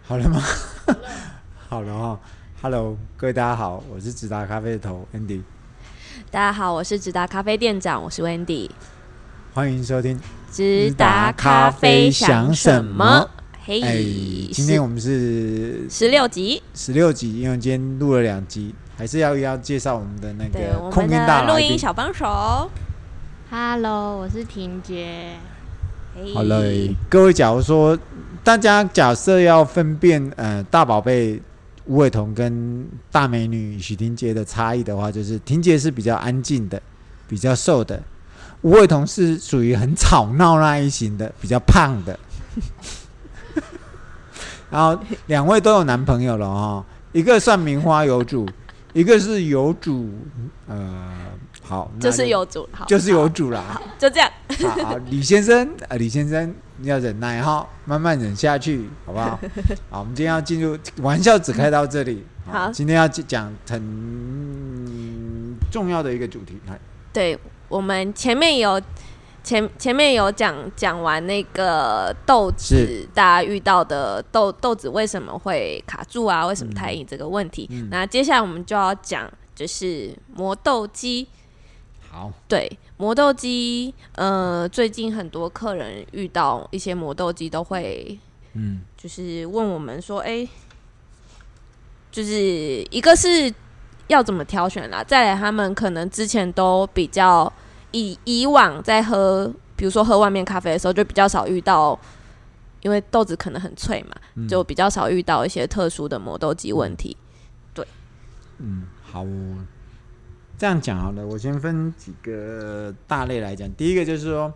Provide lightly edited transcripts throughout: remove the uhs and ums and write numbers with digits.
好了吗？好了哈。Hello， 各位大家好，我是直达咖啡的头 Andy。 大家好，我是直达咖啡店长，我是 Wendy。 欢迎收听直达咖啡想什么？嘿， 今天我们是 16集， 因为今天录了2集，还是要介绍我们的那个控音大录音小帮手。 Hello， 我是婷姐。 好了，各位，假如说大家假设要分辨大宝贝吴伟彤跟大美女许婷杰的差异的话，就是婷杰是比较安静的，比较瘦的，吴伟彤是属于很吵闹那一型的，比较胖的。然后2位都有男朋友了哦，一个算名花有主，一个是有主，好， 就是有主，好， 就是有主啦， 好，就这样。 好，李先生，你要忍耐哈，慢慢忍下去，好不好？好，我们今天要进入，玩笑只开到这里。 好， 今天要讲很重要的一个主题。 对，我们前面有讲完那个豆子，大家遇到的豆子为什么会卡住啊？为什么太硬这个问题？那接下来我们就要讲就是磨豆机。 好，对， 磨豆机，最近很多客人遇到一些磨豆机都会，就是问我们说，就是一个是要怎么挑选啦，再来他们可能之前都比较以往在喝，比如说喝外面咖啡的时候，就比较少遇到，因为豆子可能很脆嘛，就比较少遇到一些特殊的磨豆机问题。对， 好。这样讲好了，我先分几个大类来讲。第一个就是说，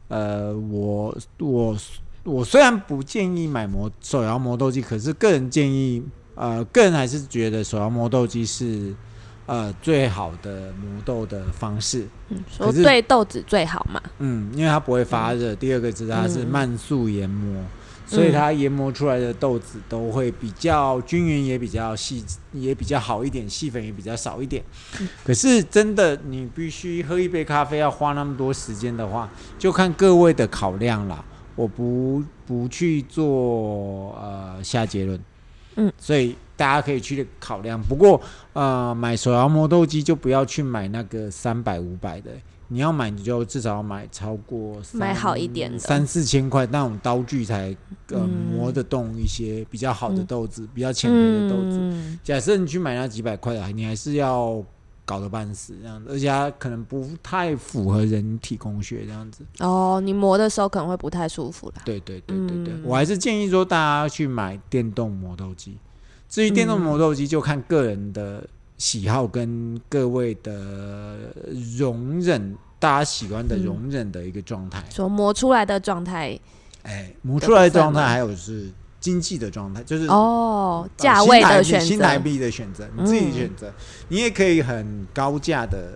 我虽然不建议买手摇磨豆机，可是个人建议，个人还是觉得手摇磨豆机是最好的磨豆的方式。 说对豆子最好嘛。 因为它不会发热。第二个是它是慢速研磨。所以它研磨出来的豆子都会比较均匀，也比较细，也比较好一点，细粉也比较少一点。可是真的，你必须喝一杯咖啡要花那么多时间的话，就看各位的考量啦。我不去做下结论。所以大家可以去考量。不过买手摇磨豆机就不要去买那个300、500的。你要买，你就至少要买超过买好一点的 3、4千块那种刀具才磨得动一些比较好的豆子，比较浅焙的豆子。假设你去买那几百块的，你还是要搞得半死这样子，而且它可能不太符合人体工学这样子。 你磨的时候可能会不太舒服啦。 对，我还是建议说大家去买电动磨豆机。至于电动磨豆机，就看个人的喜好跟各位的容忍，大家喜欢的容忍的一个状态。 说磨出来的状态， 磨出来的状态，还有是经济的状态，就是价位的选择， 新台币的选择，你自己选择。你也可以很高价的，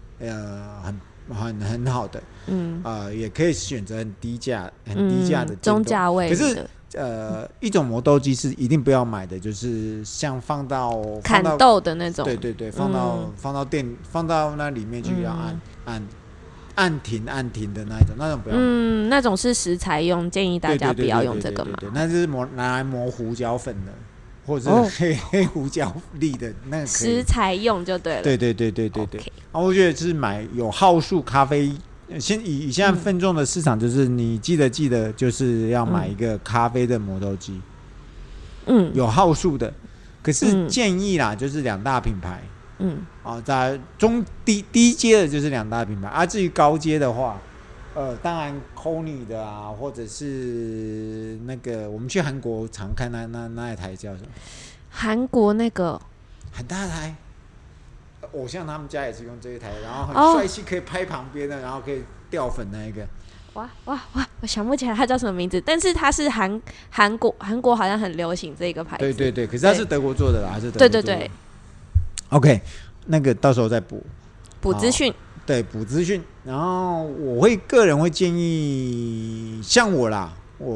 很好的，也可以选择很低价的中价位的。可是一种磨豆机是一定不要买的，就是像放到砍豆的那种， 对，放到那里面去要按停的那种不要买。 那种是食材用，建议大家不要用这个嘛。 那是拿来磨胡椒粉的，或者是黑胡椒粒的那个食材用就对了。 对。我觉得是买有号数咖啡。以现在分众的市场，就是你记得，就是要买一个咖啡的磨豆机，有号数的。可是建议啦，就是2大品牌，在低阶的就是2大品牌，至于高阶的话，当然 Kony 的啊，或者是那个我们去韩国常看那一台叫什么？ 韩国那个很大台。偶像他们家也是用这一台，然后很帅气，可以拍旁边的，然后可以掉粉那一个。 哇！我想不起来它叫什么名字，但是它是韩国好像很流行这个牌子。 对，可是它是德国做的啦，还是德国做的？ 对。 OK， 那个到时候再补资讯。 对，补资讯。然后个人会建议，像我啦，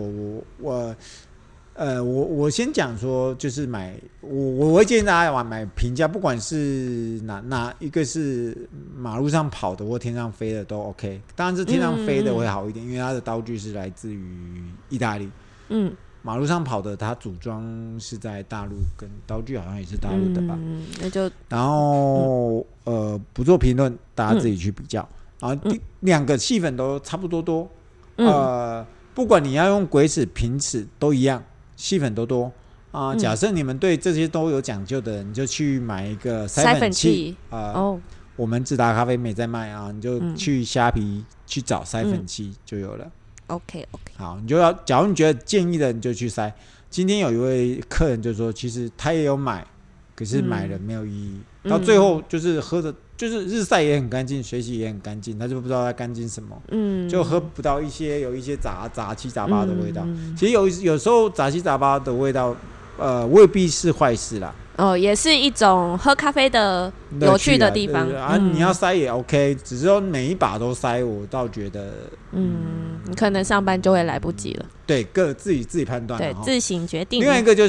我先讲说，就是我会建议大家买平价，不管是哪一个是马路上跑的或天上飞的都 OK。当然是天上飞的会好一点，因为它的刀具是来自于意大利。 马路上跑的，它组装是在大陆，跟刀具好像也是大陆的吧。 那就然后不做评论，大家自己去比较。然后两个细粉都差不多多，不管你要用鬼齿、平齿都一样，细粉都多啊。假设你们对这些都有讲究的人，你就去买一个筛粉器我们直达咖啡没在卖啊，你就去虾皮去找筛粉器就有了。 OK， 好，你就要，假如你觉得建议的，你就去筛。今天有一位客人就说，其实他也有买，可是买了没有意义，到最后就是喝的，就是日晒也很干净，水洗也很干净，他就不知道他干净什么，就喝不到有一些杂七杂八的味道。其实有时候杂七杂八的味道，未必是坏事啦。 也是一种喝咖啡的有趣的地方。 你要筛也 OK， 只是说每一把都筛，我倒觉得， 你可能上班就会来不及了。 对，自己判断， 对，自行决定。 另外一个就是，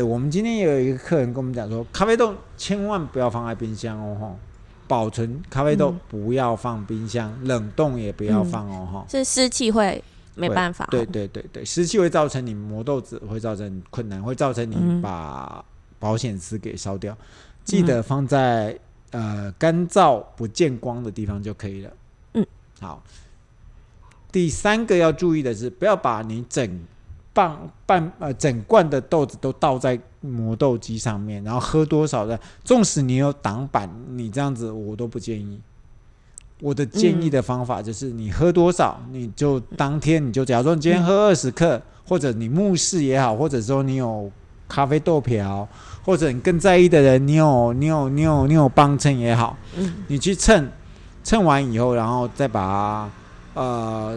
我们今天也有一个客人跟我们讲说，咖啡豆千万不要放在冰箱哦，保存咖啡豆不要放冰箱，冷冻也不要放哦， 是湿气会。没办法， 对，湿气会造成你磨豆子，会造成困难，会造成你把保险丝给烧掉。记得放在干燥不见光的地方就可以了。好。第三个要注意的是，不要把你整罐的豆子都倒在磨豆机上面，然后喝多少的，纵使你有挡板，你这样子我都不建议。我的建议的方法就是，你喝多少，你就当天你就假如说你今天喝20克，或者你目视也好，或者说你有咖啡豆瓢，或者你更在意的人，你有磅秤也好，你去称完以后，然后再把它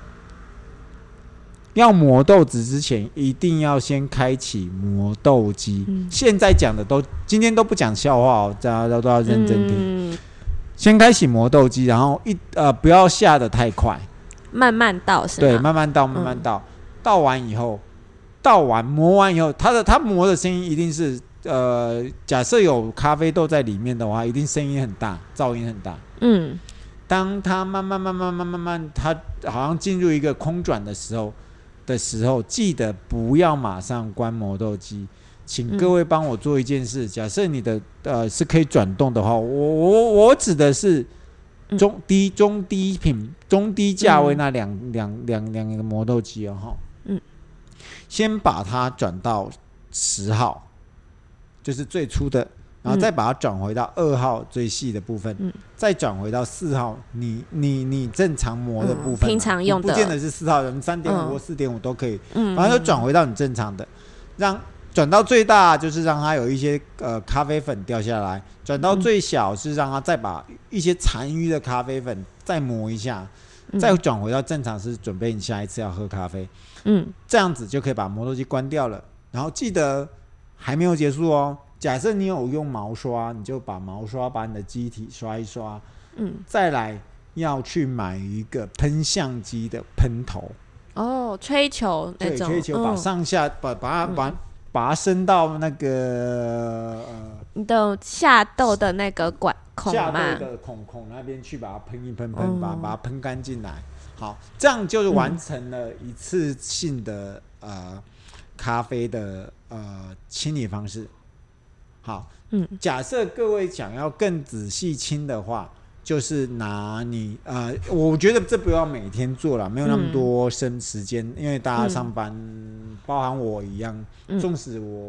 要磨豆子之前，一定要先开启磨豆机。现在讲的今天都不讲笑话哦，大家都要认真听。先开启磨豆机，然后不要下得太快， 慢慢倒是吗？ 对，慢慢倒，倒完以后，磨完以后，它磨的声音一定是假设有咖啡豆在里面的话，一定声音很大，噪音很大。当它慢慢，它好像进入一个空转的时候，记得不要马上关磨豆机。请各位帮我做一件事，假设你的是可以转动的话，我指的是中低价位那两个磨豆机哦，先把它转到10号，就是最粗的，然后再把它转回到2号最细的部分，再转回到4号，你正常磨的部分， 平常用的， 不见得是4号，人 3.5 或 4.5 都可以，反正就转回到你正常的，转到最大就是让它有一些咖啡粉掉下来，转到最小是让它再把一些残余的咖啡粉再磨一下，再转回到正常，是准备你下一次要喝咖啡。这样子就可以把磨豆机关掉了。然后记得还没有结束哦，假设你有用毛刷，你就把毛刷把你的机体刷一刷。再来要去买一个喷相机的喷头。 吹球那种， 对，吹球把上下把它伸到那个你的下豆的那个管孔嘛， 下豆的孔那边去把它喷一喷，把它喷干进来。好，这样就是完成了一次性的咖啡的清理方式。好，假设各位想要更仔细清的话，就是拿你我觉得这不要每天做了，没有那么多时间，因为大家上班，包含我一样，纵使我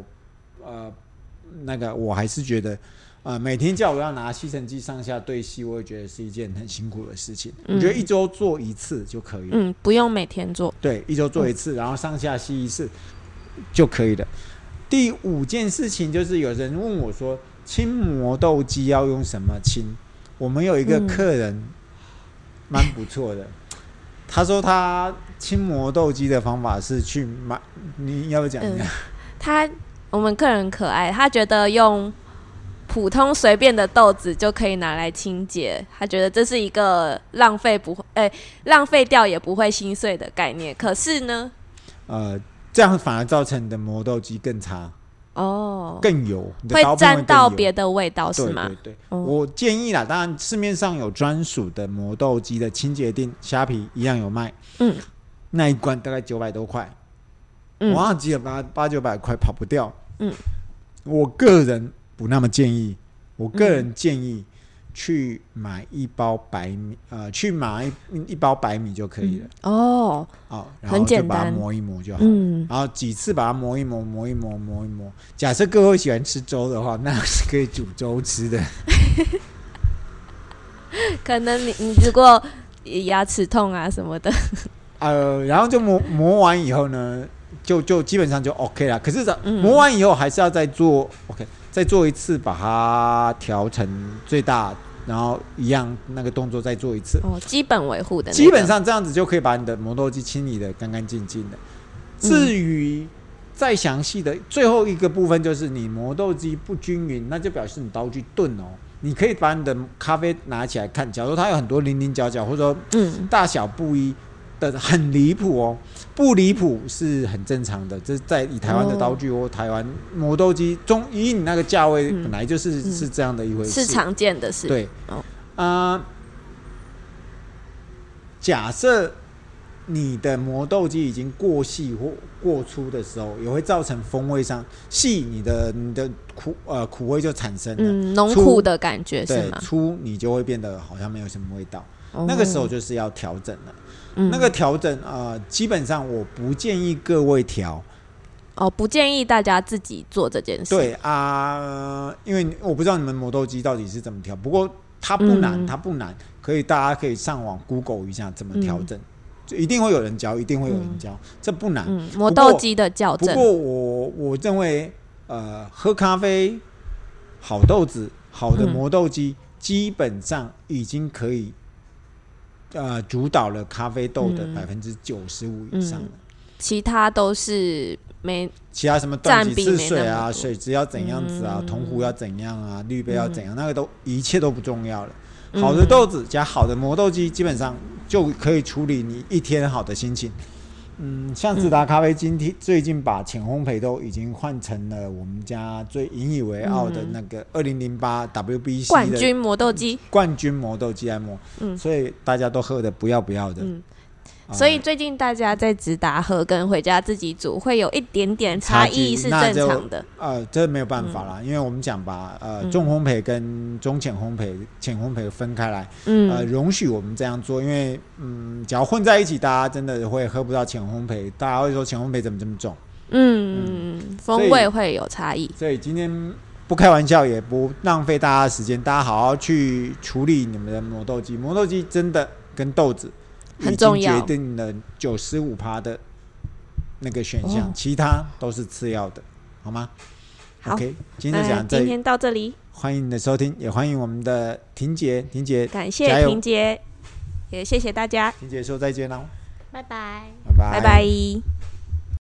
我还是觉得每天叫我要拿吸尘器上下对吸，我也觉得是一件很辛苦的事情。我觉得1周做一次就可以了， 不用每天做， 对，1周做一次，然后上下吸一次就可以了。第5件事情就是有人问我说，清磨豆机要用什么清？我们有一个客人蛮不错的，他说他清磨豆机的方法是去买，你要不要讲一下？ 我们客人可爱，他觉得用普通随便的豆子就可以拿来清洁，他觉得这是一个浪费掉也不会心碎的概念。可是呢， 这样反而造成你的磨豆机更差。更油， 会沾到别的味道是吗？ 对，我建议啦，当然市面上有专属的磨豆机的清洁锭，虾皮一样有卖，那一罐大概900多块， 我忘记了800-900块跑不掉。我个人不那么建议，我个人建议去买一包白米，去买一包白米就可以了。然后就把它磨一磨就好了。然后几次把它磨一磨。假设各位喜欢吃粥的话，那是可以煮粥吃的。 可能你如果牙齿痛啊什么的， 然后就磨完以后呢，就基本上就 OK 了。可是磨完以后还是要再做 OK， 再做一次，把它调成最大，然后一样那个动作再做一次。 基本维护的、 基本上这样子就可以把你的磨豆机清理的干干净净的。至于再详细的最后一个部分，就是你磨豆机不均匀，那就表示你刀具钝哦。你可以把你的咖啡拿起来看，假如它有很多棱棱角角，或者说大小不一的很离谱哦，不离谱是很正常的。这在以台湾的刀具或台湾磨豆机以你那个价位本来是这样的一回事， 是常见的事。 对，假设你的磨豆机已经过细或过粗的时候，也会造成风味上细，你的苦味就产生了， 浓苦的感觉是吗？ 对，粗你就会变得好像没有什么味道。那个时候就是要调整了。那个调整基本上我不建议各位调。 不建议大家自己做这件事。 对因为我不知道你们磨豆机到底是怎么调，不过它不难，大家可以上网 Google 一下怎么调整。就一定会有人教，这不难。 磨豆机的校正。 不过我认为，喝咖啡好豆子、好的磨豆机，基本上已经可以主导了咖啡豆的95%以上了。 其他都是其他什么断几次水啊，水质要怎样子啊，铜壶要怎样啊，滤杯要怎样，那个一切都不重要了。好的豆子加好的磨豆机，基本上就可以处理你一天好的心情。像直达咖啡最近把浅烘焙豆已经换成了我们家最引以为傲的那个2008 WBC 的冠军磨豆机来磨， 所以大家都喝的不要的。 所以最近大家在直达喝跟回家自己煮会有一点点差异，是正常的。 这没有办法啦，因为我们讲把重烘焙跟中浅烘焙、浅烘焙分开来，容许我们这样做，因为只要混在一起，大家真的会喝不到浅烘焙，大家会说浅烘焙怎么这么重？ 风味会有差异。 所以今天不开玩笑，也不浪费大家的时间，大家好好去处理你们的磨豆机。磨豆机真的跟豆子很重要， 已经决定了95%的那个选项，其他都是次要的，好吗？ 好 ，OK， 今天就讲今天到这里， 欢迎你的收听，也欢迎我们的婷姐， 感谢婷姐，也谢谢大家， 婷姐说再见喽， 拜拜， 拜拜。